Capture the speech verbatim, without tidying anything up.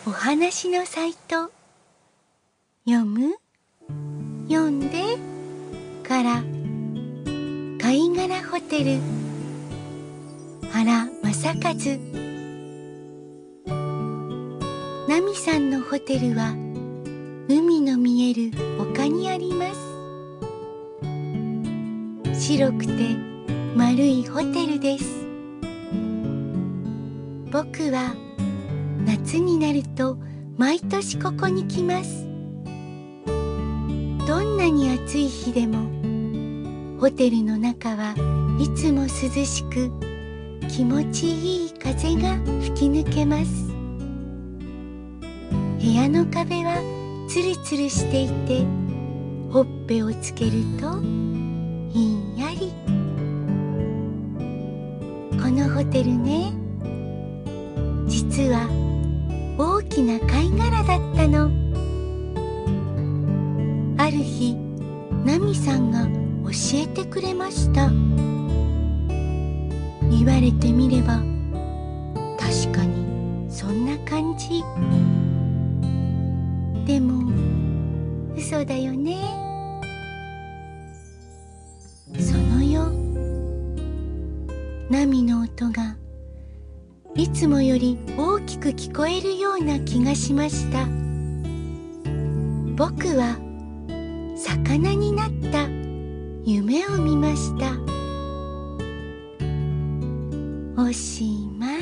お話のサイト。読む、読んでから貝殻ホテル、原正和。ナミさんのホテルは海の見える丘にあります。白くて丸いホテルです。僕は夏になると毎年ここに来ます。どんなに暑い日でもホテルの中はいつも涼しく、気持ちいい風が吹き抜けます。部屋の壁はツルツルしていて、ほっぺをつけるとひんやり。このホテルね、実は大きな貝殻だったの。ある日、ナミさんが教えてくれました。言われてみれば確かにそんな感じ。でも嘘だよね。その夜、波の音がいつもより大きく聞こえるような気がしました。僕は魚になった夢を見ました。おしまい。